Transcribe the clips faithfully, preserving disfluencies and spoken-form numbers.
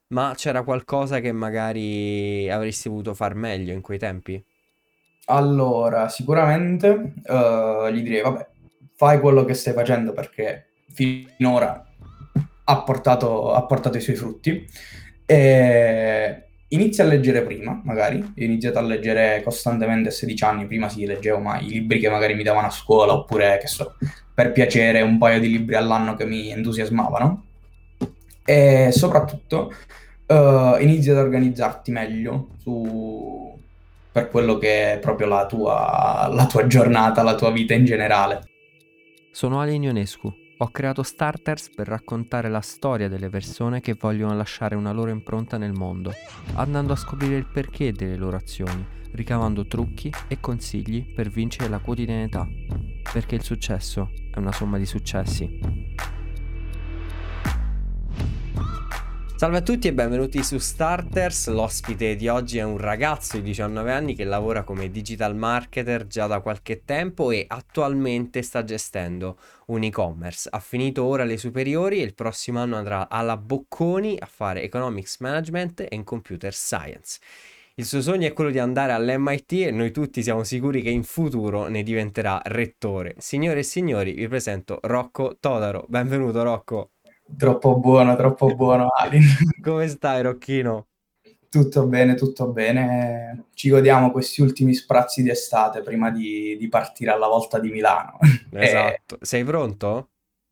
Ma c'era qualcosa che magari avresti voluto far meglio in quei tempi? Allora, sicuramente, uhm, gli direi: "Vabbè, fai quello che stai facendo perché finora ha portato ha portato i suoi frutti. Ehm, inizia a leggere prima, magari. Io ho iniziato a leggere costantemente a sedici anni, prima sì, leggevo, ma i libri che magari mi davano a scuola, oppure, che so, per piacere un paio di libri all'anno che mi entusiasmavano. E soprattutto, uhm, inizi ad organizzarti meglio su per quello che è proprio la tua la tua giornata, la tua vita in generale. Sono Ale Ionescu. Ho creato Starters per raccontare la storia delle persone che vogliono lasciare una loro impronta nel mondo, andando a scoprire il perché delle loro azioni, ricavando trucchi e consigli per vincere la quotidianità. Perché il successo è una somma di successi. Salve a tutti e benvenuti su Starters. L'ospite di oggi è un ragazzo di diciannove anni che lavora come digital marketer già da qualche tempo e attualmente sta gestendo un e-commerce. Ha finito ora le superiori e il prossimo anno andrà alla Bocconi a fare Economics Management e Computer Science. Il suo sogno è quello di andare all'M I T e noi tutti siamo sicuri che in futuro ne diventerà rettore. Signore e signori, vi presento Rocco Todaro. Benvenuto Rocco. Troppo buono, troppo buono Ali. Come stai, Rocchino? Tutto bene, tutto bene. Ci godiamo questi ultimi sprazzi di estate prima di di partire alla volta di Milano. E Esatto. Sei pronto?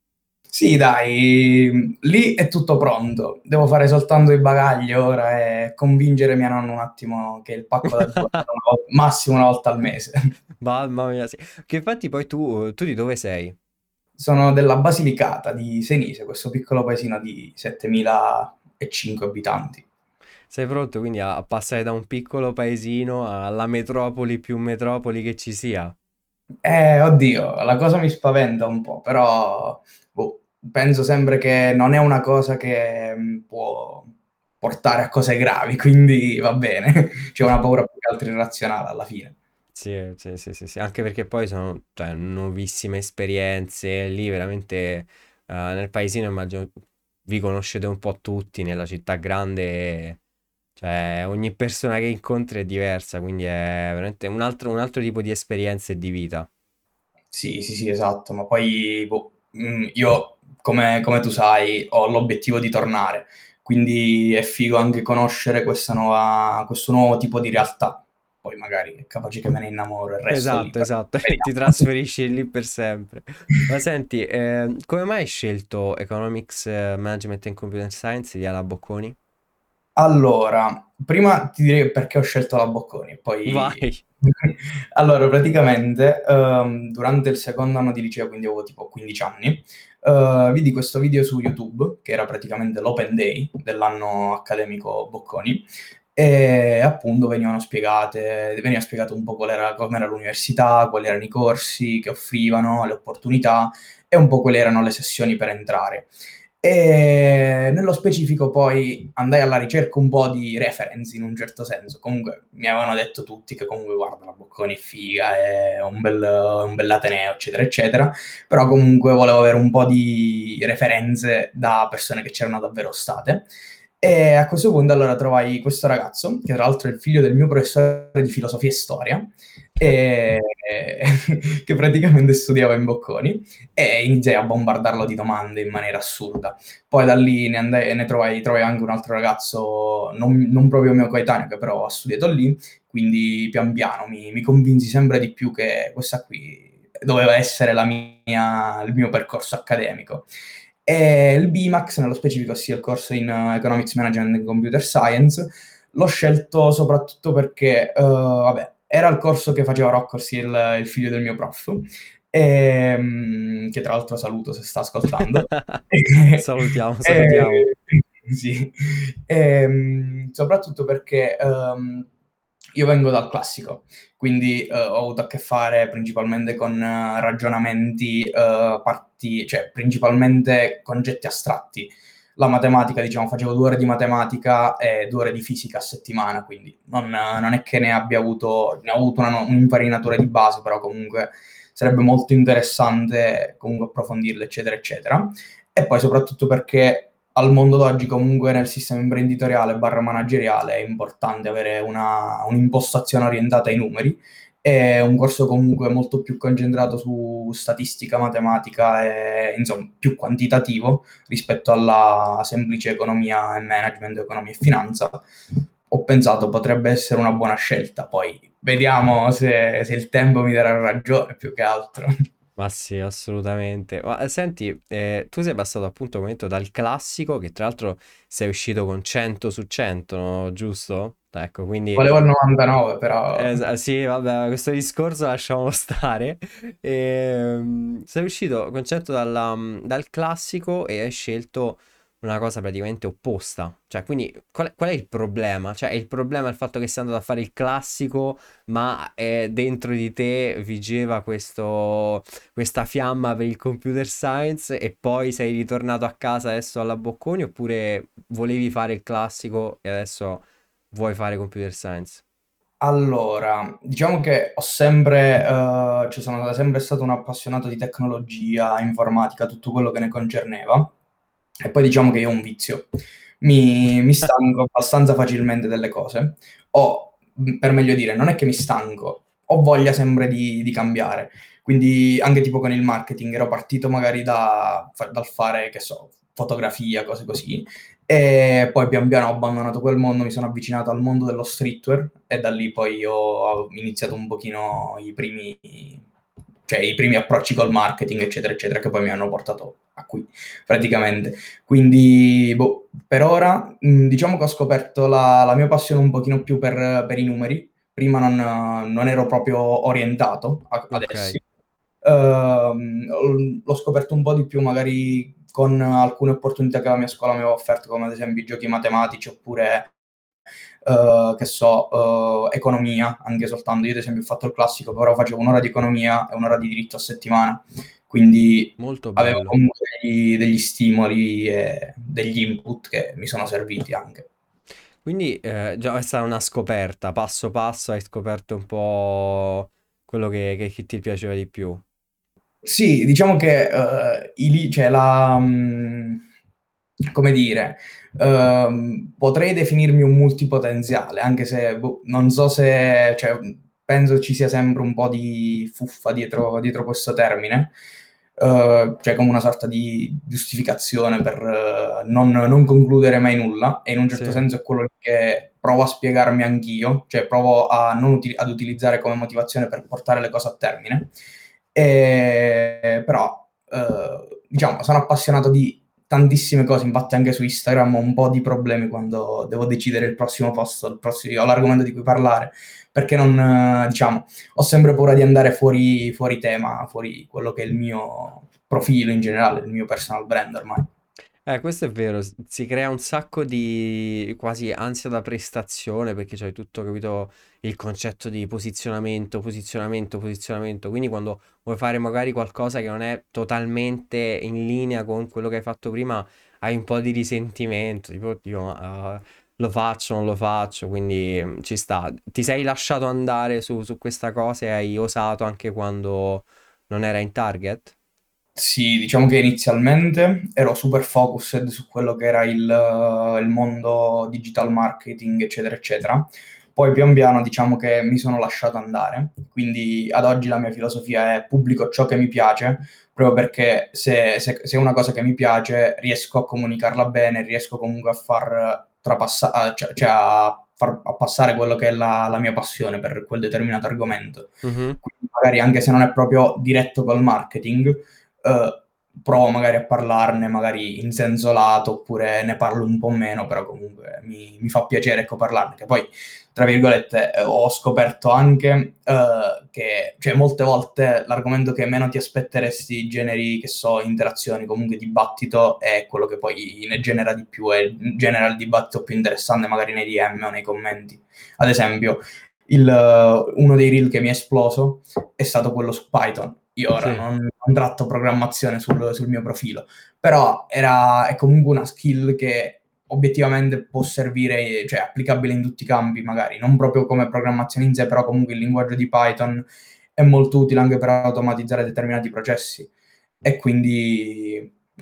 sì dai, mhmm, lì è tutto pronto. Devo fare soltanto i bagagli ora e convincere mia nonna un attimo che il pacco da due una vo massimo una volta al mese. Mamma mia, sì. Che infatti poi tu, tu di dove sei? Sono della Basilicata di Senise, questo piccolo paesino di settemilacinque abitanti. Sei pronto quindi a, a passare da un piccolo paesino alla metropoli più metropoli che ci sia? Eh, oddio, la cosa mi spaventa un po', però, boh, penso sempre che non è una cosa che, mhmm, può portare a cose gravi, quindi va bene. C'è una paura più che altro irrazionale alla fine. Sì, sì, sì, sì, sì. Anche perché poi sono, cioè, nuovissime esperienze. Lì veramente eh, nel paesino immagino vi conoscete un po' tutti, nella città grande, cioè ogni persona che incontri è diversa, quindi è veramente un altro, un altro tipo di esperienza e di vita. Sì, sì, sì, esatto, ma poi, boh, mhmm, io come come tu sai, ho l'obiettivo di tornare, quindi è figo anche conoscere questa nuova questo nuovo tipo di realtà. Poi magari è capace che me ne innamoro e resto lì, Esatto, però esatto, e ti vediamo. trasferisci lì per sempre. Ma senti, ehm, come mai hai scelto Economics eh, Management and Computer Science di Ala Bocconi? Allora, prima ti direi perché ho scelto la Bocconi, poi Vai! allora praticamente, uhm, durante il secondo anno di liceo, quindi avevo tipo quindici anni, uhm, vidi questo video su YouTube, che era praticamente l'open day dell'anno accademico Bocconi, e appunto venivano spiegate veniva spiegato un po' qual era com'era l'università, quali erano i corsi che offrivano, le opportunità e un po' quali erano le sessioni per entrare. Ehm, nello specifico poi andai alla ricerca un po' di reference in un certo senso. Comunque mi avevano detto tutti che comunque guarda la Bocconi è figa, è un bel un bell'ateneo, eccetera, eccetera, però comunque volevo avere un po' di referenze da persone che c'erano davvero state. E a questo punto allora trovai questo ragazzo, che tra l'altro è il figlio del mio professore di filosofia e storia, ehm, che praticamente studiava in Bocconi e iniziai a bombardarlo di domande in maniera assurda. Poi da lì ne andai ne trovai trovai anche un altro ragazzo non non proprio mio coetaneo, che però ha studiato lì, quindi pian piano mi mi convinsi sempre di più che questa qui doveva essere la mia il mio percorso accademico. E il B I M A X, nello specifico, ossia il corso in eh, Economics Management and Computer Science, l'ho scelto soprattutto perché, uhm, vabbè, era il corso che faceva Rocco, ossia il il figlio del mio prof, ehm, che tra l'altro saluto se sta ascoltando. Salutiamo, salutiamo. Ehm, sì, ehm, soprattutto perché, uhm, io vengo dal classico, quindi, uhm, ho avuto a che fare principalmente con eh, ragionamenti, uhm, parti cioè principalmente concetti astratti. La matematica, diciamo, facevo due ore di matematica e due ore di fisica a settimana, quindi non non è che ne abbia avuto ne ho avuto una no un'infarinatura di base, però comunque sarebbe molto interessante comunque approfondirle, eccetera, eccetera. E poi soprattutto perché al mondo d'oggi comunque nel sistema imprenditoriale barra manageriale è importante avere una, un'impostazione orientata ai numeri. È un corso comunque molto più concentrato su statistica, matematica e insomma più quantitativo rispetto alla semplice economia e management, economia e finanza. Ho pensato potrebbe essere una buona scelta, poi vediamo se, se il tempo mi darà ragione più che altro. Ma sì, assolutamente. Ma eh, senti, eh, tu sei passato appunto come detto dal classico, che tra l'altro sei uscito con cento su cento, no? Giusto? Ecco, quindi Volevo il novantanove, però eh, sì, vabbè, questo discorso lasciamo stare. Ehm, sei uscito con cento dalla- dal classico e hai scelto una cosa praticamente opposta. Cioè, quindi qual è, qual è il problema? Cioè, il problema è il fatto che sei andato a fare il classico, ma eh, dentro di te vigeva questo, questa fiamma per il computer science e poi sei ritornato a casa adesso alla Bocconi, oppure volevi fare il classico e adesso vuoi fare computer science? allora, diciamo che ho sempre, eh, cioè sono sempre stato un appassionato di tecnologia, informatica, tutto quello che ne concerneva. E poi diciamo che io ho un vizio. Mi, mi stanco abbastanza facilmente delle cose. O, mh, per meglio dire, non è che mi stanco, ho voglia sempre di, di cambiare. Quindi anche tipo con il marketing ero partito magari da, fa- dal fare, che so, fotografia, cose così. E poi pian piano ho abbandonato quel mondo, mi sono avvicinato al mondo dello streetwear e da lì poi ho iniziato un pochino i primi, cioè i primi approcci col marketing, eccetera, eccetera, che poi mi hanno portato a qui, praticamente. Quindi, boh, per ora, mh, diciamo che ho scoperto la, la mia passione un pochino più per, per i numeri. Prima non, non ero proprio orientato a- ad Ok. essi. Ehm, l'ho scoperto un po' di più magari con alcune opportunità che la mia scuola mi aveva offerto, come ad esempio i giochi matematici oppure, eh, che so, eh, economia, anche soltanto. Io ad esempio ho fatto il classico, però facevo un'ora di economia e un'ora di diritto a settimana, quindi Molto avevo bello. comunque degli, degli stimoli e degli input che mi sono serviti anche. Quindi eh, già è stata una scoperta, passo passo hai scoperto un po' quello che, che- che ti piaceva di più. Sì, diciamo che eh, i li- cioè la, mm, come dire, ehm, potrei definirmi un multipotenziale, anche se boh, non so se, cioè, penso ci sia sempre un po' di fuffa dietro, dietro questo termine, eh, cioè come una sorta di giustificazione per eh, non, non concludere mai nulla, e in un certo Sì. senso è quello che provo a spiegarmi anch'io, cioè provo a non uti- ad utilizzare come motivazione per portare le cose a termine. E, però, eh, diciamo, sono appassionato di tantissime cose, infatti anche su Instagram ho un po' di problemi quando devo decidere il prossimo posto, il prossimo, o l'argomento di cui parlare, perché non, eh, diciamo, ho sempre paura di andare fuori, fuori tema, fuori quello che è il mio profilo in generale, il mio personal brand ormai. Eh, questo è vero, s- si crea un sacco di quasi ansia da prestazione perché c'hai tutto, capito, il concetto di posizionamento, posizionamento, posizionamento. Quindi quando vuoi fare magari qualcosa che non è totalmente in linea con quello che hai fatto prima, hai un po' di risentimento, tipo, oddio, ma, eh, lo faccio, non lo faccio, quindi mm, ci sta. Ti sei lasciato andare su, su questa cosa e hai osato anche quando non era in target? Sì, diciamo che inizialmente ero super focused su quello che era il, eh, il mondo digital marketing, eccetera, eccetera. Poi pian piano diciamo che mi sono lasciato andare, quindi ad oggi la mia filosofia è pubblico ciò che mi piace, proprio perché se, se, se è una cosa che mi piace riesco a comunicarla bene, riesco comunque a far trapassare, cioè, cioè a far a passare quello che è la, la mia passione per quel determinato argomento. Mhm. Quindi magari anche se non è proprio diretto col marketing, eh, provo magari a parlarne, magari in senso lato, oppure ne parlo un po' meno, però comunque mi, mi fa piacere, ecco, parlarne. Che poi, tra virgolette, eh, ho scoperto anche eh, che, cioè, molte volte l'argomento che meno ti aspetteresti generi, che so, interazioni, comunque dibattito, è quello che poi ne genera di più e genera il dibattito più interessante, magari nei D M o nei commenti. Ad esempio, il, eh, uno dei reel che mi è esploso è stato quello su Python. Io ora Sì. non, non tratto programmazione sul, sul mio profilo, però era, è comunque una skill che obiettivamente può servire, cioè applicabile in tutti i campi, magari non proprio come programmazione in sé, però comunque il linguaggio di Python è molto utile anche per automatizzare determinati processi. E quindi, non so.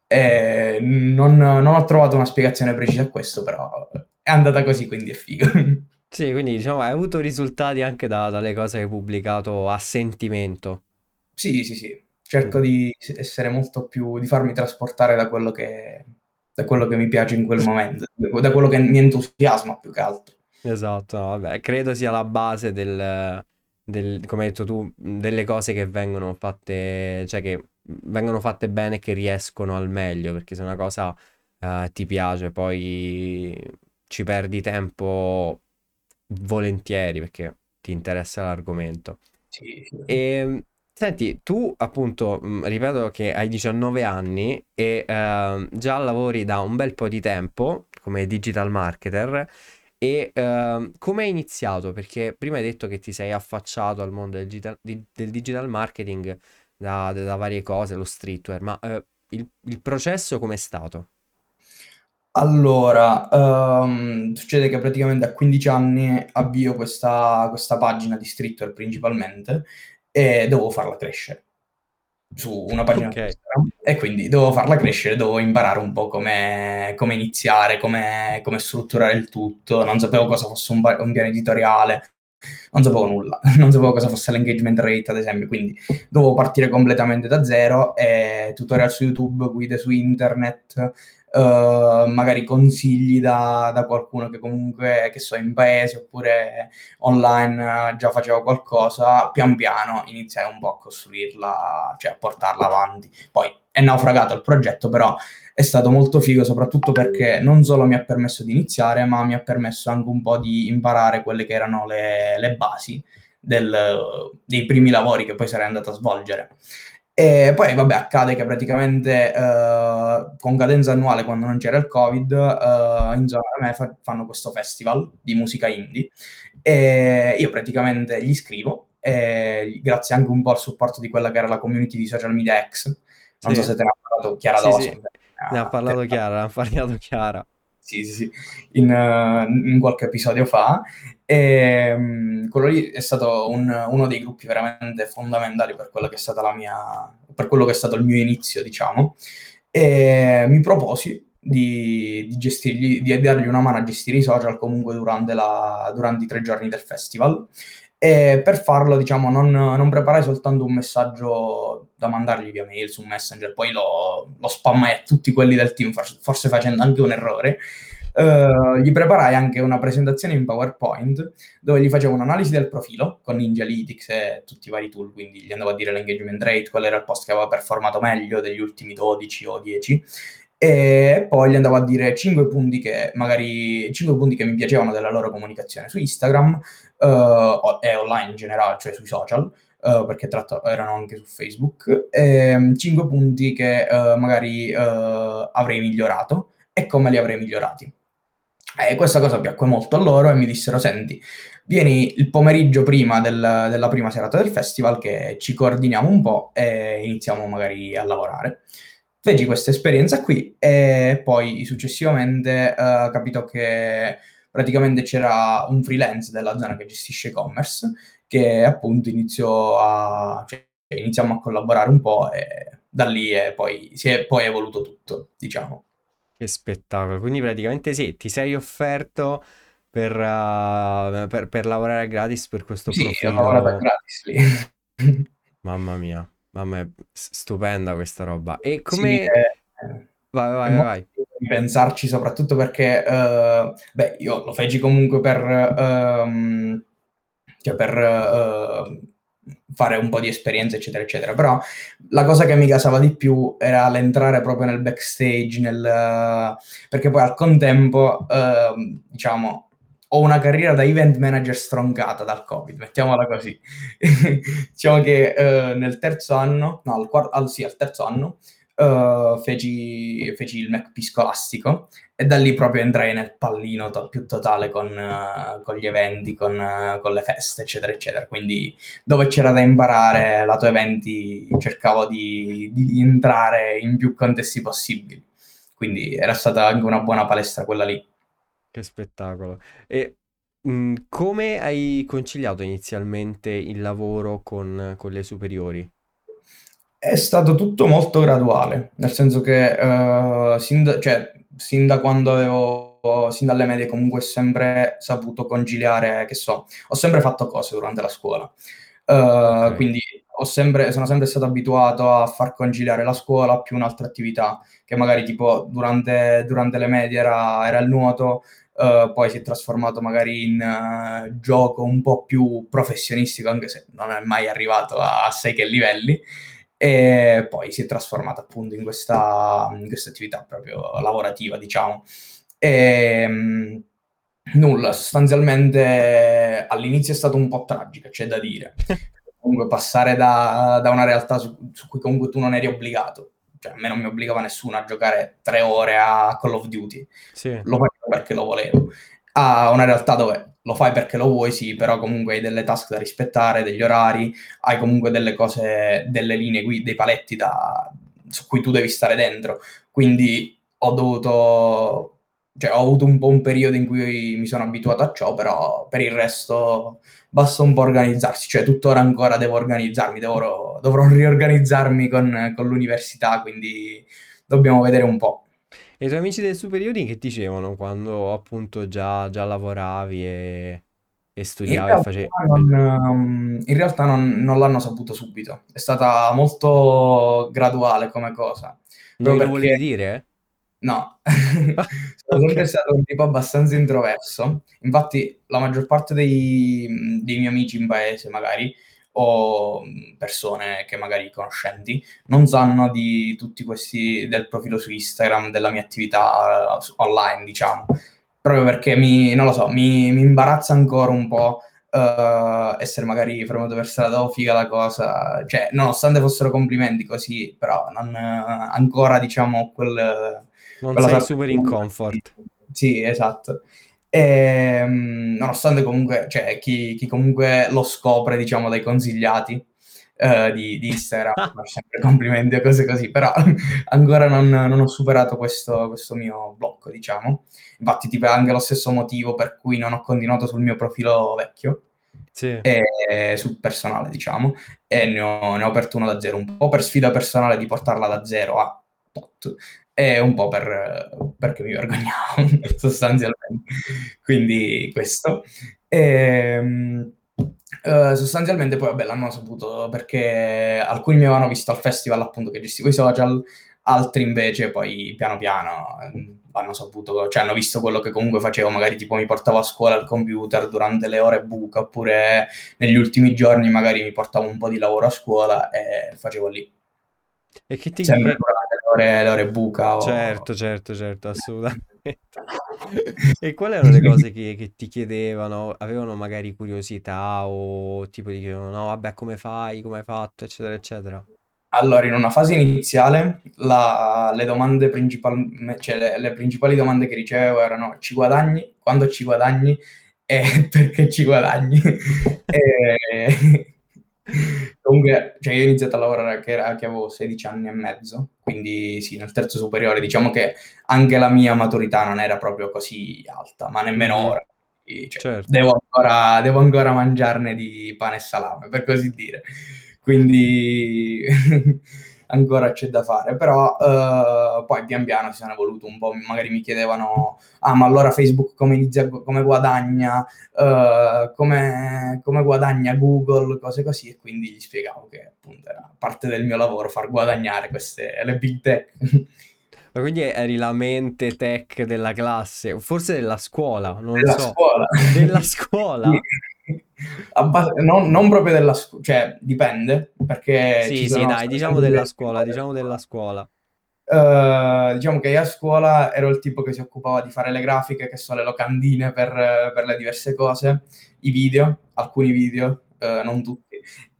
E non, non ho trovato una spiegazione precisa a questo, però è andata così, quindi è figo. Sì, quindi diciamo hai avuto risultati anche da- dalle cose che hai pubblicato a sentimento. Sì, sì, sì, cerco Mm. di s essere molto più di farmi trasportare da quello che da quello che mi piace in quel momento, da quello che mi entusiasma più che altro. Esatto, no, vabbè, credo sia la base del, del- come hai detto tu, mh, delle cose che vengono fatte, cioè che vengono fatte bene e che riescono al meglio, perché se una cosa eh, ti piace, poi ci perdi tempo volentieri perché ti interessa l'argomento. Sì, sì. E senti, tu appunto, mh, ripeto che hai diciannove anni e ehm, già lavori da un bel po' di tempo come digital marketer. E ehm, come hai iniziato? Perché prima hai detto che ti sei affacciato al mondo del digital, di- del digital marketing da, da varie cose, lo streetwear, ma eh, il, il processo com'è stato? Allora, uhm, succede che praticamente a quindici anni avvio questa questa pagina di streetwear principalmente e dovevo farla crescere su una pagina su Ok, Instagram e quindi dovevo farla crescere, dovevo imparare un po' come come iniziare, come come strutturare il tutto, non sapevo cosa fosse un pa un piano editoriale, non sapevo nulla, non sapevo cosa fosse l'engagement rate ad esempio, quindi dovevo partire completamente da zero e tutorial su YouTube, guide su internet, eh, magari consigli da, da qualcuno che comunque, che so, in paese oppure online eh, già faceva qualcosa, pian piano iniziai un po' a costruirla, cioè a portarla avanti. Poi è naufragato il progetto, però è stato molto figo, soprattutto perché non solo mi ha permesso di iniziare, ma mi ha permesso anche un po' di imparare quelle che erano le, le basi del, dei primi lavori che poi sarei andato a svolgere. E poi, vabbè, accade che praticamente eh, con cadenza annuale, quando non c'era il Covid, eh, in zona da me fa- fanno questo festival di musica indie e io praticamente gli scrivo, e grazie anche un po' al supporto di quella che era la community di Social Media X, non so sì, se te ne ha parlato Chiara sì, D'Oso. sì, ne ha eh, te- parlato Chiara, ne ha parlato Chiara. sì, sì, sì, in, eh, in qualche episodio fa. E, mh, quello lì è stato un- uno dei gruppi veramente fondamentali per quello che è stata la mia, per quello che è stato il mio inizio, diciamo. E mi proposi di, di gestirgli, di dargli una mano a gestire i social comunque durante, la- durante i tre giorni del festival. E per farlo, diciamo, non, non preparai soltanto un messaggio da mandargli via mail su Messenger, poi lo, lo spammai a tutti quelli del team, forse, forse facendo anche un errore. Eh, gli preparai anche una presentazione in PowerPoint dove gli facevo un'analisi del profilo con Ninja Analytics e tutti i vari tool, quindi gli andavo a dire l'engagement rate, qual era il post che aveva performato meglio degli ultimi dodici o dieci, e poi gli andavo a dire cinque punti che magari cinque punti che mi piacevano della loro comunicazione su Instagram eh, o- e online in generale, cioè sui social, eh, perché tratto, erano anche su Facebook, e cinque punti che eh, magari eh, avrei migliorato e come li avrei migliorati. E questa cosa piacque molto a loro e mi dissero: Senti, vieni il pomeriggio prima del- della prima serata del festival, che ci coordiniamo un po' e iniziamo magari a lavorare. Feci questa esperienza qui e poi successivamente eh, capito che praticamente c'era un freelance della zona che gestisce e-commerce che appunto iniziò a, cioè, iniziamo a collaborare un po' e da lì è poi, si è poi evoluto tutto, diciamo. Che spettacolo. Quindi praticamente sì, ti sei offerto per, eh, per- per lavorare gratis per questo Sì, ho lavorato profilo. gratis lì. Mamma mia, mamma mia, s- stupenda questa roba. E Sì, come... è Vai, è vai, vai, molto vai. figo di pensarci, soprattutto perché, ehm, beh, io lo feci comunque per, ehm, cioè per, ehm, fare un po' di esperienza, eccetera, eccetera. Però la cosa che mi gasava di più era l'entrare proprio nel backstage, nel perché poi al contempo, ehm, diciamo, ho una carriera da event manager stroncata dal Covid, mettiamola così. Diciamo che, ehm, nel terzo anno no, al quar al sì, al terzo anno, uhm, feci feci il M E C P scolastico e da lì proprio entrai nel pallino to più totale con eh, con gli eventi, con eh, con le feste, eccetera, eccetera. Quindi dove c'era da imparare lato eventi cercavo di di entrare in più contesti possibili. Quindi era stata anche una buona palestra quella lì. Che spettacolo. E mh, come hai conciliato inizialmente il lavoro con, con le superiori? È stato tutto molto graduale, nel senso che eh, sin da, cioè, sin da quando avevo, sin dalle medie comunque ho sempre saputo conciliare, che so, ho sempre fatto cose durante la scuola. Ok, Eh, quindi ho sempre, sono sempre stato abituato a far conciliare la scuola più un'altra attività, che magari tipo durante, durante le medie era, era il nuoto, eh, poi si è trasformato magari in eh, gioco un po' più professionistico, anche se non è mai arrivato a, a sai che livelli, e poi si è trasformato appunto in questa, in questa attività proprio lavorativa, diciamo. E, mh, nulla, sostanzialmente all'inizio è stato un po' tragico, c'è da dire. Comunque passare da, da una realtà su, su cui comunque tu non eri obbligato, cioè a me non mi obbligava nessuno a giocare tre ore a Call of Duty, sì. lo facevo perché lo volevo, a una realtà dove lo fai perché lo vuoi, sì, però comunque hai delle task da rispettare, degli orari, hai comunque delle cose, delle linee guida, dei paletti da, su cui tu devi stare dentro. Quindi ho dovuto, cioè ho avuto un po' un periodo in cui mi sono abituato a ciò, però per il resto basta un po' organizzarsi, cioè tuttora ancora devo organizzarmi, dovrò, dovrò riorganizzarmi con, con l'università, quindi dobbiamo vedere un po'. E i tuoi amici delle superiori che dicevano quando appunto già, già lavoravi e, e In studiavi e realtà facevi... non, ehm, in realtà non- non l'hanno saputo subito, è stata molto graduale come cosa, Non proprio glielo volevi perché dire? no, Ah, sono ok. sempre stato un tipo abbastanza introverso. Infatti, la maggior parte dei, dei miei amici in paese, magari, o persone che magari conoscenti, non sanno di tutti questi, del profilo su Instagram, della mia attività eh, online, diciamo. Proprio perché mi, non lo so, mi, mi imbarazza ancora un po' eh, essere magari fermato per strada, oh figa la cosa, cioè, nonostante fossero complimenti così, però non, eh, ancora, diciamo, quel Non quella sei sorta super in di... comfort. Sì, esatto. E, mh, nonostante comunque, cioè, chi, chi comunque lo scopre, diciamo, dai consigliati eh, di, di Instagram, fa sempre complimenti o cose così, però ancora non, non ho superato questo, questo mio blocco, diciamo. Infatti, tipo, è anche lo stesso motivo per cui non ho continuato sul mio profilo vecchio, Sì. e sul personale, diciamo, e ne ho, ne ho aperto uno da zero, un po' per sfida personale di portarla da zero a tot, e un po' per, perché mi vergognavo sostanzialmente. Quindi questo. E, mh, eh, sostanzialmente poi vabbè l'hanno saputo perché alcuni mi avevano visto al festival appunto che gestivo i social, altri invece poi piano piano ehm, hanno saputo, cioè hanno visto quello che comunque facevo, magari tipo mi portavo a scuola il computer durante le ore buca, oppure negli ultimi giorni magari mi portavo un po' di lavoro a scuola e facevo lì, E che ti... sempre che- durante le ore, le ore buca o... Certo, certo, certo, assolutamente. E quali erano le cose che, che ti chiedevano? Avevano magari curiosità o tipo ti chiedevano, no, vabbè, come fai, come hai fatto, eccetera, eccetera. Allora, in una fase iniziale, la- le domande principali, cioè le, le principali domande che ricevevo erano: ci guadagni? Quando ci guadagni? E perché ci guadagni? E... Comunque, cioè io ho iniziato a lavorare che, era- che avevo sedici anni e mezzo, quindi sì, nel terzo superiore, diciamo che anche la mia maturità non era proprio così alta, ma nemmeno Mhm, ora. Quindi, cioè, certo. devo ancora, devo ancora mangiarne di pane e salame, per così dire. Quindi ancora c'è da fare, però eh, poi pian piano si sono evoluto un po', magari mi chiedevano, ah ma allora Facebook come inizia, come guadagna, eh, come, come guadagna Google, cose così, e quindi gli spiegavo che appunto era parte del mio lavoro far guadagnare queste, le big tech. Ma quindi eri la mente tech della classe, forse della scuola, non Della so. scuola. Della Sì. scuola? Abba- non, non proprio della scuola, cioè dipende, perché ci Sì, sì, sono dai, state diciamo sempre della diversi scuola, modi a diciamo della scuola. scuola. Eh, diciamo che io a scuola ero il tipo che si occupava di fare le grafiche, che sono le locandine per, per le diverse cose, i video, alcuni video, eh, non tutti,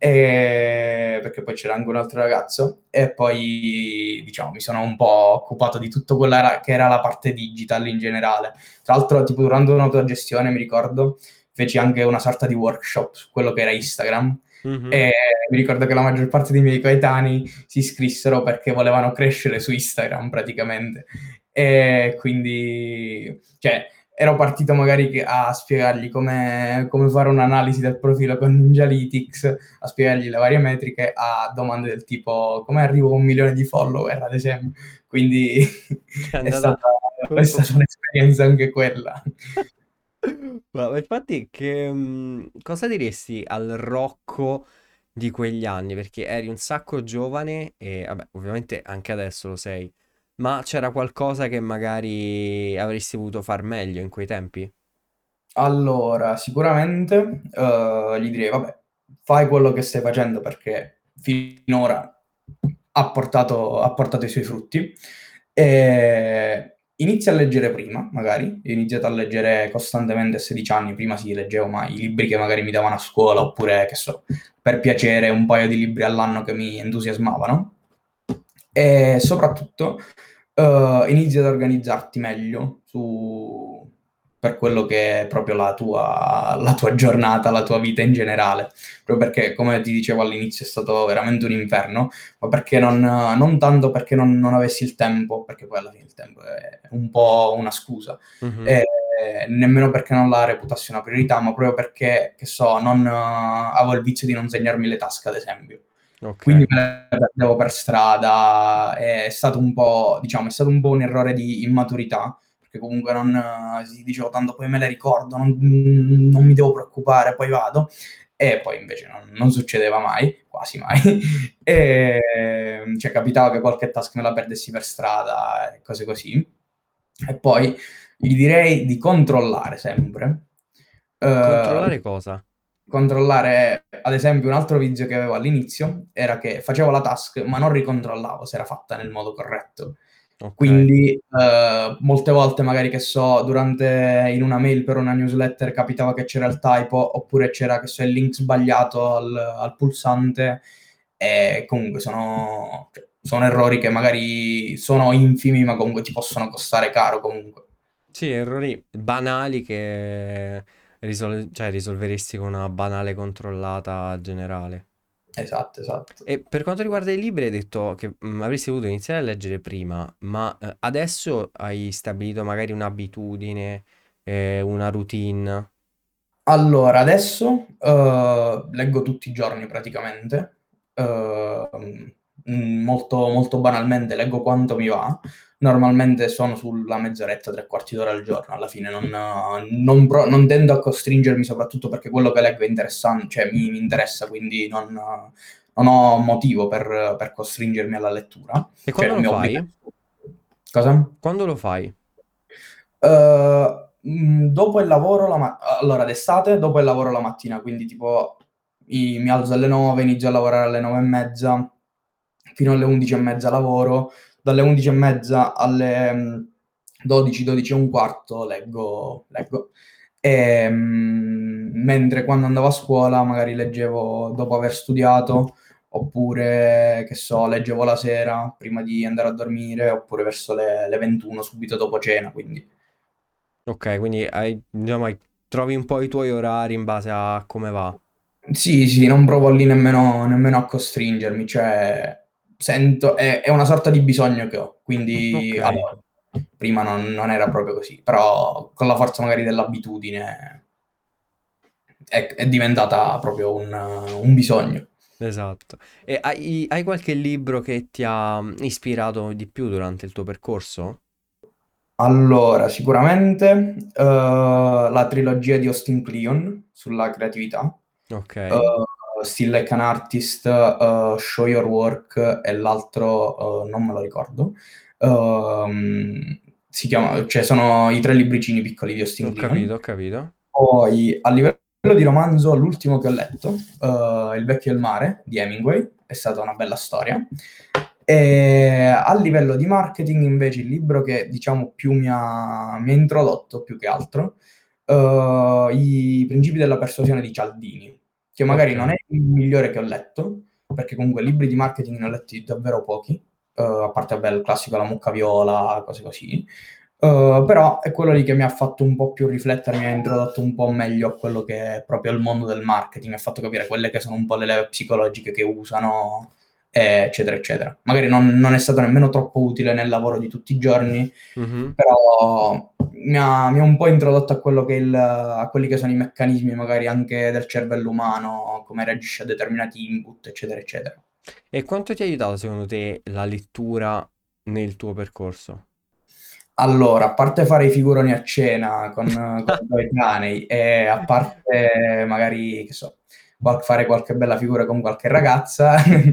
e- perché poi c'era anche un altro ragazzo, e poi diciamo mi sono un po' occupato di tutto quello era- che era la parte digital in generale. Tra l'altro, tipo durante un'autogestione, mi ricordo, feci anche una sorta di workshop su quello che era Instagram. Mhm. E mi ricordo che la maggior parte dei miei coetanei si iscrissero perché volevano crescere su Instagram praticamente. E quindi, cioè, ero partito magari che- a spiegargli come, come fare un'analisi del profilo con Ninjalytics, a spiegargli le varie metriche, a domande del tipo come arrivo a un milione di follower, ad esempio. Quindi È è andata... stata, è stata un'esperienza anche quella. Ma ma infatti che, mh, cosa diresti al Rocco di quegli anni? Perché eri un sacco giovane e vabbè, ovviamente anche adesso lo sei, ma c'era qualcosa che magari avresti voluto far meglio in quei tempi? Allora, sicuramente, uhm, gli direi: "Vabbè, fai quello che stai facendo perché finora ha portato ha portato i suoi frutti. Ehm, inizia a leggere prima, magari. Io ho iniziato a leggere costantemente a sedici anni, prima sì, leggevo ma i libri che magari mi davano a scuola, oppure, che so, per piacere un paio di libri all'anno che mi entusiasmavano. E soprattutto, uhm, inizi ad organizzarti meglio su per quello che è proprio la tua la tua giornata, la tua vita in generale. Proprio perché, come ti dicevo all'inizio, è stato veramente un inferno, ma perché non non tanto perché non non avessi il tempo, perché poi alla fine il tempo è un po' una scusa, Mhm. ehm, nemmeno perché non la reputassi una priorità, ma proprio perché, che so, non eh, avevo il vizio di non segnarmi le tasche, ad esempio. Ok. Quindi me le perdevo per strada, è stato un po', diciamo, è stato un po' un errore di immaturità, perché comunque non si dicevo: "Tanto poi me le ricordo, non non mi devo preoccupare, poi vado." E poi invece non non succedeva mai, quasi mai. Ehm, cioè capitava che qualche task me la perdessi per strada e cose così. E poi gli direi di controllare sempre. Uhm, Controllare cosa? controllare ad esempio un altro vizio che avevo all'inizio era che facevo la task, ma non ricontrollavo se era fatta nel modo corretto. Ok. Quindi, uhm, molte volte magari, che so, durante in una mail per una newsletter capitava che c'era il typo, oppure c'era, che so, il link sbagliato al al pulsante, e comunque sono cioè, sono errori che magari sono infimi, ma comunque ti possono costare caro comunque. Sì, errori banali che risol- cioè, risolveresti con una banale controllata generale. Esatto, esatto. E per quanto riguarda i libri, hai detto che mm, avresti voluto iniziare a leggere prima, ma eh, adesso hai stabilito magari un'abitudine, eh, una routine. Allora, adesso, uhm, leggo tutti i giorni praticamente, uhm, mhmm, molto molto banalmente leggo quanto mi va. Normalmente sono sulla mezz'oretta, tre quarti d'ora al giorno, alla fine non non pro non tendo a costringermi, soprattutto perché quello che leggo è interessan cioè mi mi interessa, quindi non non ho motivo per per costringermi alla lettura, E quando cioè lo mi obbliga. fai? Cosa? Quando lo fai? Uhm, mhmm, dopo il lavoro la ma allora d'estate dopo il lavoro la mattina, quindi tipo i mi alzo alle nove, inizio a lavorare alle nove e mezza, fino alle undici e mezza lavoro, dalle undici e mezza alle, mhmm, dodici, dodici e un quarto leggo leggo. Ehm, mentre quando andavo a scuola magari leggevo dopo aver studiato, oppure, che so, leggevo la sera prima di andare a dormire, oppure verso le le ventuno subito dopo cena, quindi Ok, quindi hai, diciamo, hai- trovi un po' i tuoi orari in base a come va. sì, sì, non provo lì nemmeno nemmeno a costringermi, cioè sento è è una sorta di bisogno che ho, quindi ad Ok, oggi. Prima non non era proprio così, però con la forza magari dell'abitudine è è diventata proprio un un bisogno. esatto. E hai, hai qualche libro che ti ha mm, ispirato di più durante il tuo percorso? Allora, sicuramente, uhm, la trilogia di Austin Kleon sulla creatività, Ok, uhm, Still Like an Artist, uhm, Show Your Work e l'altro, uhm, non me lo ricordo. Uhm, si chiama cioè sono i tre libricini piccoli di Austin ho Kleon. capito, ho capito. Poi a livello di romanzo, l'ultimo che ho letto, uhm, Il vecchio e il mare di Hemingway, è stata una bella storia. E a livello di marketing invece il libro che diciamo più mi ha mi ha introdotto più che altro, uhm, I principi della persuasione di Cialdini, che magari Ok. non è il migliore che ho letto, perché comunque libri di marketing ne ho letti davvero pochi, uhm, a parte vabbè il classico La mucca viola, cose così. Uhm, però è quello lì che mi ha fatto un po' più riflettere, mi ha introdotto un po' meglio a quello che è proprio il mondo del marketing, mi ha fatto capire quelle che sono un po' le leve psicologiche che usano, ehm, eccetera, eccetera. Magari non non è stato nemmeno troppo utile nel lavoro di tutti i giorni, Mhm. però mi ha, mi ha un po' introdotto a quello che è il, a quelli che sono i meccanismi magari anche del cervello umano, come reagisce a determinati input, eccetera, eccetera. E quanto ti ha aiutato secondo te la lettura nel tuo percorso? Allora, a parte fare i figuroni a cena con, con i coetanei e a parte magari, che so, qual- fare qualche bella figura con qualche ragazza,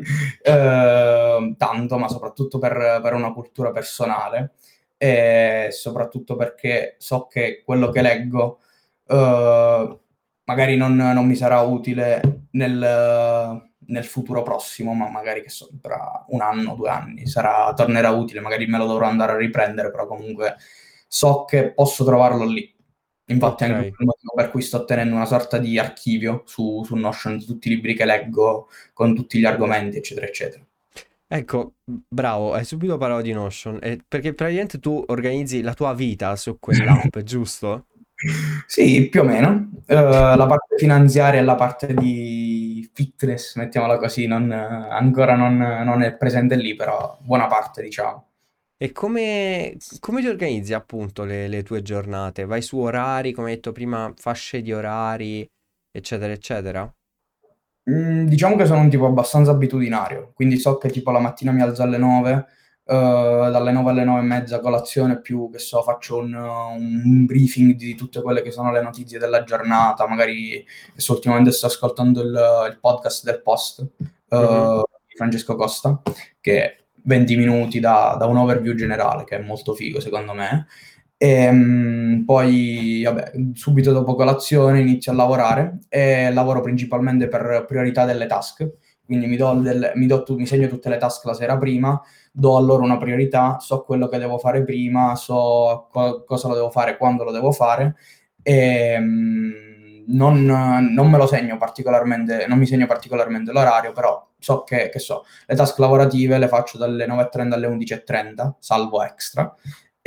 eh, tanto, ma soprattutto per, per una cultura personale e soprattutto perché so che quello che leggo eh, magari non, non mi sarà utile nel, nel futuro prossimo, ma magari che so, tra un anno, due anni sarà, tornerà utile, magari me lo dovrò andare a riprendere, però comunque so che posso trovarlo lì. Infatti anche Ok. questo è il motivo per cui sto tenendo una sorta di archivio su, su Notion di tutti i libri che leggo, con tutti gli argomenti, eccetera, eccetera. Ecco, m- bravo, hai subito parlato di Notion, eh, perché praticamente tu organizzi la tua vita su quell'app, giusto? Sì, più o meno. Eh, la parte finanziaria e la parte di fitness, mettiamola così, non- ancora non, non è presente lì, però buona parte, diciamo. E come, come ti organizzi appunto le, le tue giornate? Vai su orari, come hai detto prima, fasce di orari, eccetera, eccetera? Mm, diciamo che sono un tipo abbastanza abitudinario, quindi so che tipo la mattina mi alzo alle nove, eh, dalle nove alle nove e mezza colazione, più che so, faccio un, un briefing di tutte quelle che sono le notizie della giornata, magari adesso ultimamente sto ascoltando il, il podcast del Post, Mhm. eh, di Francesco Costa, che è venti minuti da, da un overview generale, che è molto figo secondo me. E, mm, poi, vabbè, subito dopo colazione inizio a lavorare e lavoro principalmente per priorità delle task. Quindi mi do del- mi do tu- mi segno tutte le task la sera prima, do a loro una priorità, so quello che devo fare prima, so co- cosa lo devo fare, quando lo devo fare e mm, non, non me lo segno particolarmente, non mi segno particolarmente l'orario, però so che, che so, le task lavorative le faccio dalle nove e trenta alle undici e trenta, salvo extra.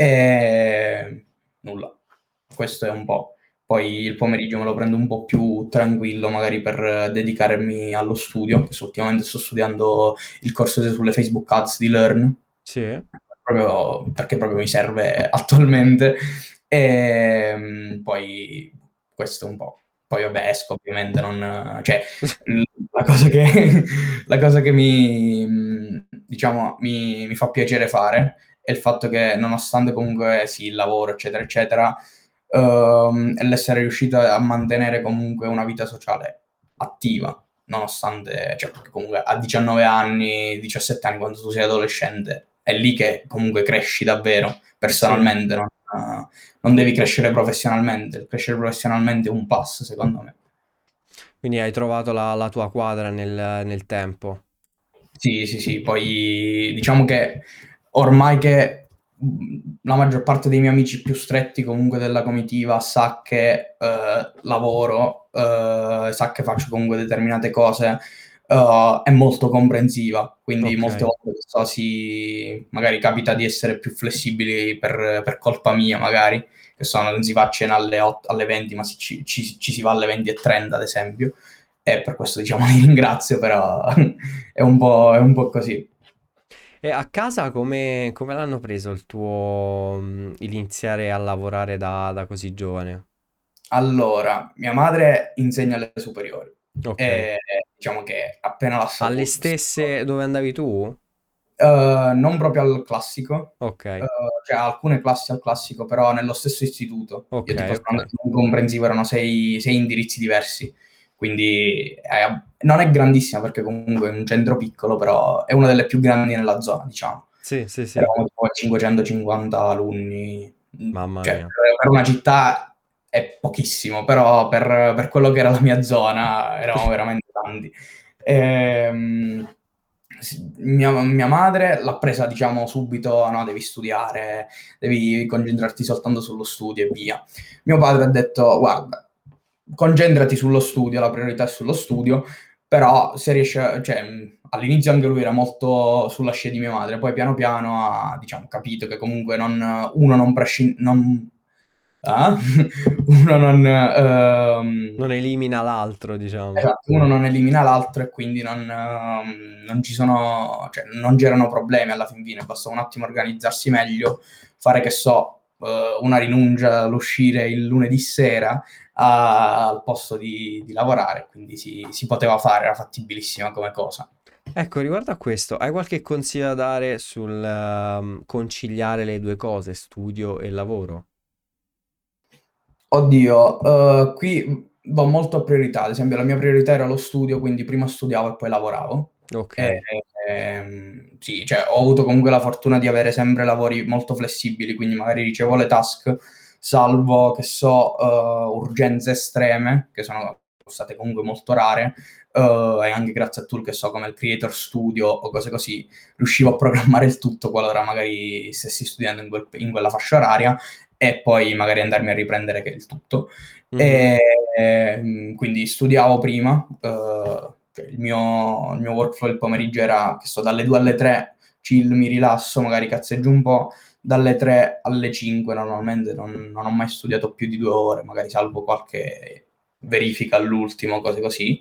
E nulla, questo è un po'. Poi il pomeriggio me lo prendo un po' più tranquillo, magari per eh, dedicarmi allo studio, che so, ultimamente sto studiando il corso sulle Facebook Ads di Learn, Sì. proprio perché proprio mi serve attualmente. E mm, poi questo è un po'. Poi vabbè, esco ovviamente, non, cioè, l- la cosa che, la cosa che mi, mm, diciamo, mi, mi fa piacere fare è il fatto che nonostante comunque sì, il lavoro, eccetera, eccetera, ehm, e l'essere riuscito a mantenere comunque una vita sociale attiva, nonostante, cioè, perché comunque a diciannove anni, diciassette anni, quando tu sei adolescente, è lì che comunque cresci davvero, Sì. personalmente, non, eh, non devi crescere professionalmente, crescere professionalmente è un passo, secondo me. Quindi hai trovato la, la tua quadra nel, nel tempo. Sì, sì, sì, poi diciamo che ormai che mh, la maggior parte dei miei amici più stretti comunque della comitiva sa che eh, lavoro, eh, sa che faccio comunque determinate cose, eh, è molto comprensiva, quindi Ok. molte volte so, si, magari capita di essere più flessibili per, per colpa mia, magari, che sono, non si va a cena alle otto, alle venti, ma si- ci, ci- ci si va alle venti e trenta, ad esempio, e per questo diciamo li ringrazio, però è un po', è un po' così. E a casa come, come l'hanno preso il tuo mm, iniziare a lavorare da, da così giovane? Allora, mia madre insegna alle superiori Ok. e diciamo che appena l'ha Alle saputo, stesse dove andavi tu? eh, non proprio al classico, Ok, eh, cioè alcune classi al classico, però nello stesso istituto. ok, Io tipo sono ok. andato in un comprensivo, erano sei, sei indirizzi diversi, quindi è- non è grandissima perché comunque è un centro piccolo, però è una delle più grandi nella zona, diciamo. Sì, sì, sì. Eravamo tipo cinquecentocinquanta alunni, mm, Mamma cioè mia. per per una città è pochissimo, però per, per quello che era la mia zona eravamo veramente tanti. Ehm, sì, mia, mia madre l'ha presa, diciamo, subito, no, devi studiare, devi concentrarti soltanto sullo studio e via. Mio padre ha detto, guarda, concentrati sullo studio, la priorità è sullo studio, però se riesce, a- cioè, mh, all'inizio anche lui era molto sulla scia di mia madre, poi piano piano ha, diciamo, capito che comunque non, uno non prescinde, non, ah? Uno non, ehm, Non elimina l'altro, diciamo. esatto, uno non elimina l'altro e quindi non, ehm, non ci sono, cioè, non c'erano problemi alla fin fine, basta un attimo organizzarsi meglio, fare che so. uh, una rinuncia all'uscire il lunedì sera a- al posto di, di lavorare, quindi si, si poteva fare, era fattibilissima come cosa. Ecco, riguardo a questo, hai qualche consiglio da dare sul ehm, conciliare le due cose, studio e lavoro? Oddio, eh, qui va molto a priorità. Ad esempio, la mia priorità era lo studio, quindi prima studiavo e poi lavoravo. Ok. E, ehm, sì, cioè, ho avuto comunque la fortuna di avere sempre lavori molto flessibili, quindi magari ricevo le task, salvo che so, eh, urgenze estreme, che sono state comunque molto rare, eh, e anche grazie a tool che so come il Creator Studio o cose così, riuscivo a programmare il tutto qualora magari stessi studiando in, quel- in quella fascia oraria e poi magari andarmi a riprendere che è il tutto. Mhm. E, ehm, quindi studiavo prima, eh, cioè il mio, il mio workflow il pomeriggio era che sto dalle due alle tre, chill, mi rilasso, magari cazzeggio un po', dalle tre alle cinque normalmente non, non ho mai studiato più di due ore, magari salvo qualche verifica all'ultimo, cose così.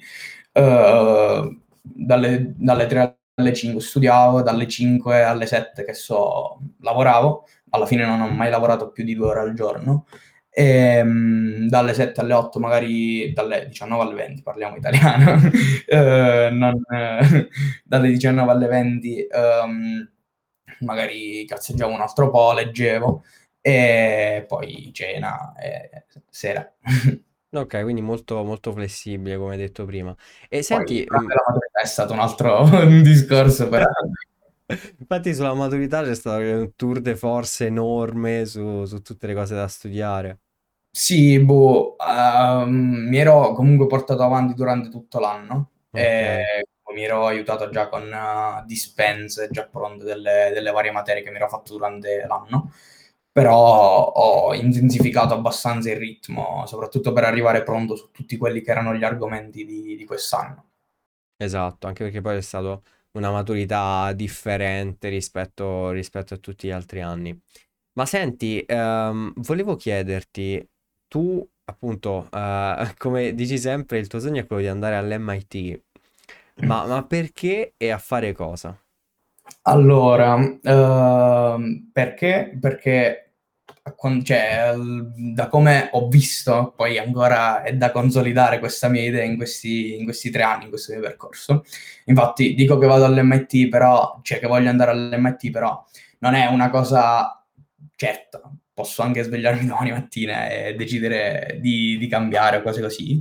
Eh, dalle, dalle tre alle cinque studiavo, dalle cinque alle sette che so lavoravo, alla fine non ho mai lavorato più di due ore al giorno. E, mh, dalle sette alle otto, magari dalle diciannove alle venti, parliamo italiano, eh, non, eh, dalle diciannove alle venti ehm, magari cazzeggiavo un altro po', leggevo e poi cena e sera. Ok, quindi molto, molto flessibile, come hai detto prima. E Poi senti, mm, durante la maturità è stato un altro discorso, però infatti sulla maturità c'è stato un tour de force enorme su, su tutte le cose da studiare. sì, boh, ehm, mi ero comunque portato avanti durante tutto l'anno Ok, e mi ero aiutato già con eh, dispense già pronte delle, delle varie materie che mi ero fatto durante l'anno, però ho intensificato abbastanza il ritmo, soprattutto per arrivare pronto su tutti quelli che erano gli argomenti di, di quest'anno. esatto, anche perché poi è stata una maturità differente rispetto, rispetto a tutti gli altri anni. Ma senti, ehm, volevo chiederti, tu appunto, eh, come dici sempre, il tuo sogno è quello di andare all'M I T, ma, ma perché e a fare cosa? Allora, ehm, perché? Perché quan- cioè, l- da come ho visto, poi ancora è da consolidare questa mia idea in questi, in questi tre anni, in questo mio percorso. Infatti dico che vado all'M I T, però, cioè che voglio andare all'M I T, però non è una cosa certa. Posso anche svegliarmi domani mattina e decidere di, di cambiare o cose così.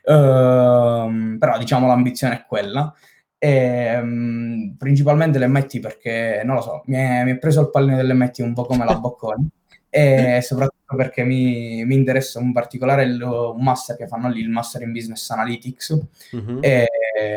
Ehm, però diciamo l'ambizione è quella. Ehm, principalmente l'M I T perché, non lo so, mi è, mi è preso il pallino dell'M I T un po' come la Bocconi e soprattutto perché mi, mi interessa in particolare il, un master che fanno lì, il Master in Business Analytics Mhm. e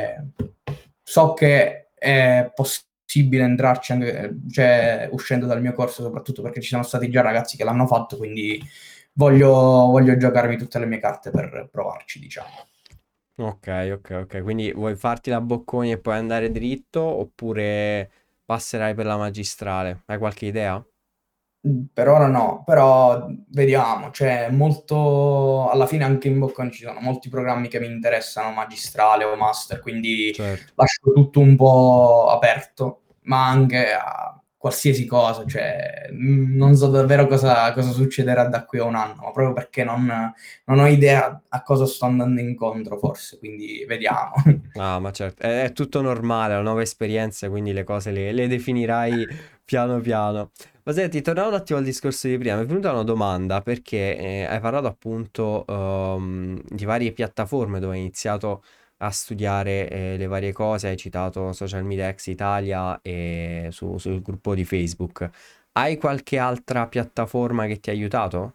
so che è possibile entrarci anche, cioè, uscendo dal mio corso, soprattutto perché ci sono stati già ragazzi che l'hanno fatto, quindi voglio, voglio giocarmi tutte le mie carte per provarci, diciamo. Ok, ok, ok. Quindi vuoi farti la Bocconi e poi andare dritto oppure passerai per la magistrale? Hai qualche idea? Mm, Per ora no, però vediamo, c'è molto, alla fine anche in Bocconi ci sono molti programmi che mi interessano, magistrale o master, quindi Certo. lascio tutto un po' aperto, ma anche a qualsiasi cosa, cioè mm, non so davvero cosa, cosa succederà da qui a un anno, ma proprio perché non, non ho idea a cosa sto andando incontro forse, quindi vediamo. Ah, ma certo, è, è tutto normale, la nuova esperienza, quindi le cose le, le definirai piano piano. Ma senti, tornando un attimo al discorso di prima, mi è venuta una domanda perché eh, hai parlato appunto ehm, di varie piattaforme dove hai iniziato a studiare eh, le varie cose, hai citato Social Media Ex Italia e su- sul gruppo di Facebook. Hai qualche altra piattaforma che ti ha aiutato?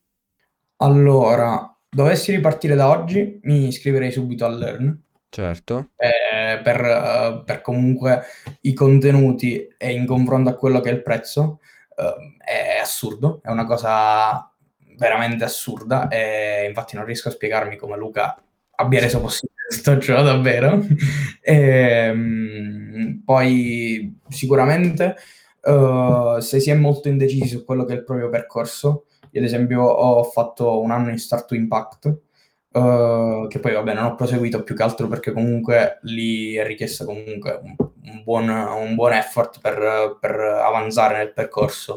Allora, dovessi ripartire da oggi, mi iscriverei subito a Learn Certo. eh, per, eh, per comunque i contenuti e in confronto a quello che è il prezzo, eh, è assurdo, è una cosa veramente assurda e infatti non riesco a spiegarmi come Luca abbia reso possibile tutto ciò davvero. Ehm, poi sicuramente eh, se si è molto indecisi su quello che è il proprio percorso, io ad esempio ho fatto un anno in Start to Impact, eh, che poi vabbè non ho proseguito più che altro perché comunque lì è richiesto comunque un, un buon, un buon effort per, per avanzare nel percorso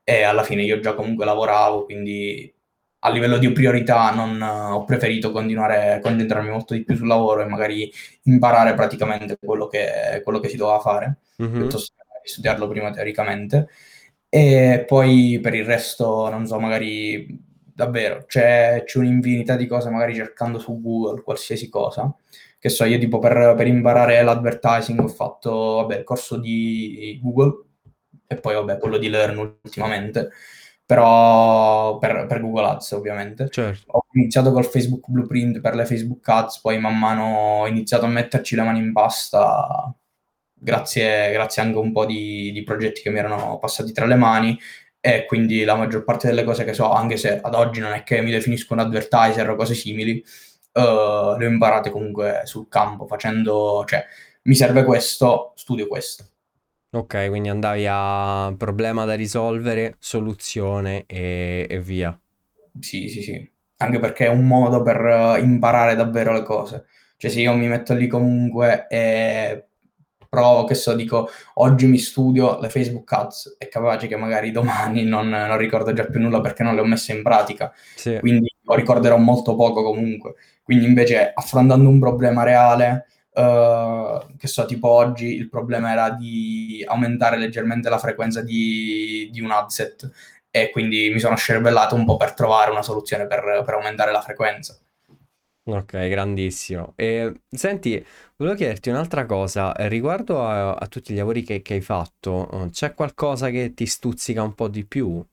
e alla fine io già comunque lavoravo, quindi a livello di priorità non ho preferito continuare a concentrarmi molto di più sul lavoro e magari imparare praticamente quello che quello che si doveva fare, Mh-mh. piuttosto che studiarlo prima teoricamente. E poi per il resto, non so, magari davvero c'è c'è un'infinità di cose, magari cercando su Google qualsiasi cosa. Che so, io tipo per per imparare l'advertising ho fatto, vabbè, il corso di Google e poi vabbè quello di Learn ultimamente, però per per Google Ads ovviamente. Certo. Ho iniziato col Facebook Blueprint per le Facebook Ads, poi man mano ho iniziato a metterci le mani in pasta grazie grazie anche a un po' di di progetti che mi erano passati tra le mani e quindi la maggior parte delle cose che so, anche se ad oggi non è che mi definisco un advertiser o cose simili, uhm, le ho imparate comunque sul campo facendo cioè, mi serve questo, studio questo. Okay, quindi andavi a problema da risolvere, soluzione e e via. Sì, sì, sì. Anche perché è un modo per imparare davvero le cose. Cioè se io mi metto lì comunque e provo, che so, dico: "Oggi mi studio le Facebook Ads", è capace che magari domani non non ricordo già più nulla perché non le ho messe in pratica, Sì. quindi o ricorderò molto poco comunque. Quindi invece affrontando un problema reale, uhm, che so, tipo oggi il problema era di aumentare leggermente la frequenza di di un adset e quindi mi sono scervellato un po' per trovare una soluzione per per aumentare la frequenza. Okay, grandissimo. Ehm, senti, volevo chiederti un'altra cosa, ehm, riguardo a a tutti gli lavori che che hai fatto, uhm, c'è qualcosa che ti stuzzica un po' di più?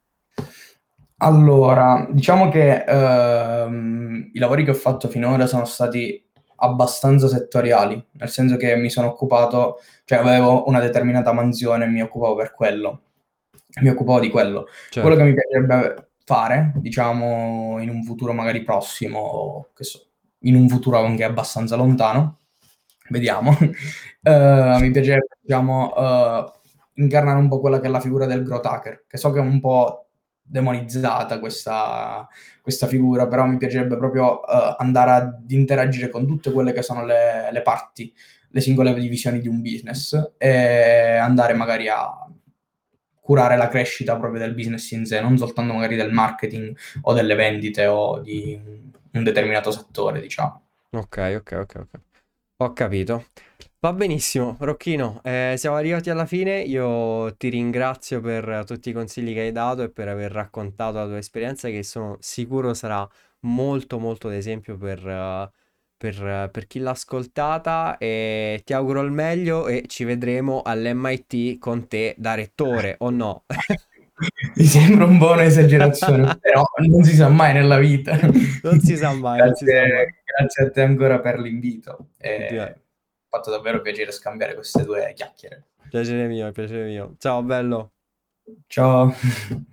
Allora, diciamo che, uhm, i lavori che ho fatto finora sono stati abbastanza settoriali, nel senso che mi sono occupato cioè avevo una determinata mansione e mi occupavo per quello. Mi occupavo di quello. Quello Certo. che mi piacerebbe fare, diciamo in un futuro magari prossimo o che so, in un futuro anche abbastanza lontano, vediamo, uhm, mi piacerebbe diciamo, uhm, incarnare un po' quella che è la figura del growth hacker, che so che è un po' demonizzata questa questa figura, però mi piacerebbe proprio, uhm, andare ad interagire con tutte quelle che sono le le parti, le singole divisioni di un business e andare magari a curare la crescita proprio del business in sé, non soltanto magari del marketing o delle vendite o di un determinato settore, diciamo. Okay, okay, okay, okay. Ho capito. Va benissimo, Rocchino, ehm, siamo arrivati alla fine. Io ti ringrazio per tutti i consigli che hai dato e per aver raccontato la tua esperienza che sono sicuro sarà molto, molto d'esempio per per per chi l'ha ascoltata e ti auguro il meglio e ci vedremo all'M I T con te da rettore, o no? Mi sembra un po' un'esagerazione, però non si sa mai nella vita. Non si sa mai, non si sa mai. Grazie grazie a te ancora per l'invito. Ti va Ehm, fatto davvero piacere scambiare queste due chiacchiere. piacere mio, piacere mio. Ciao bello. Ciao.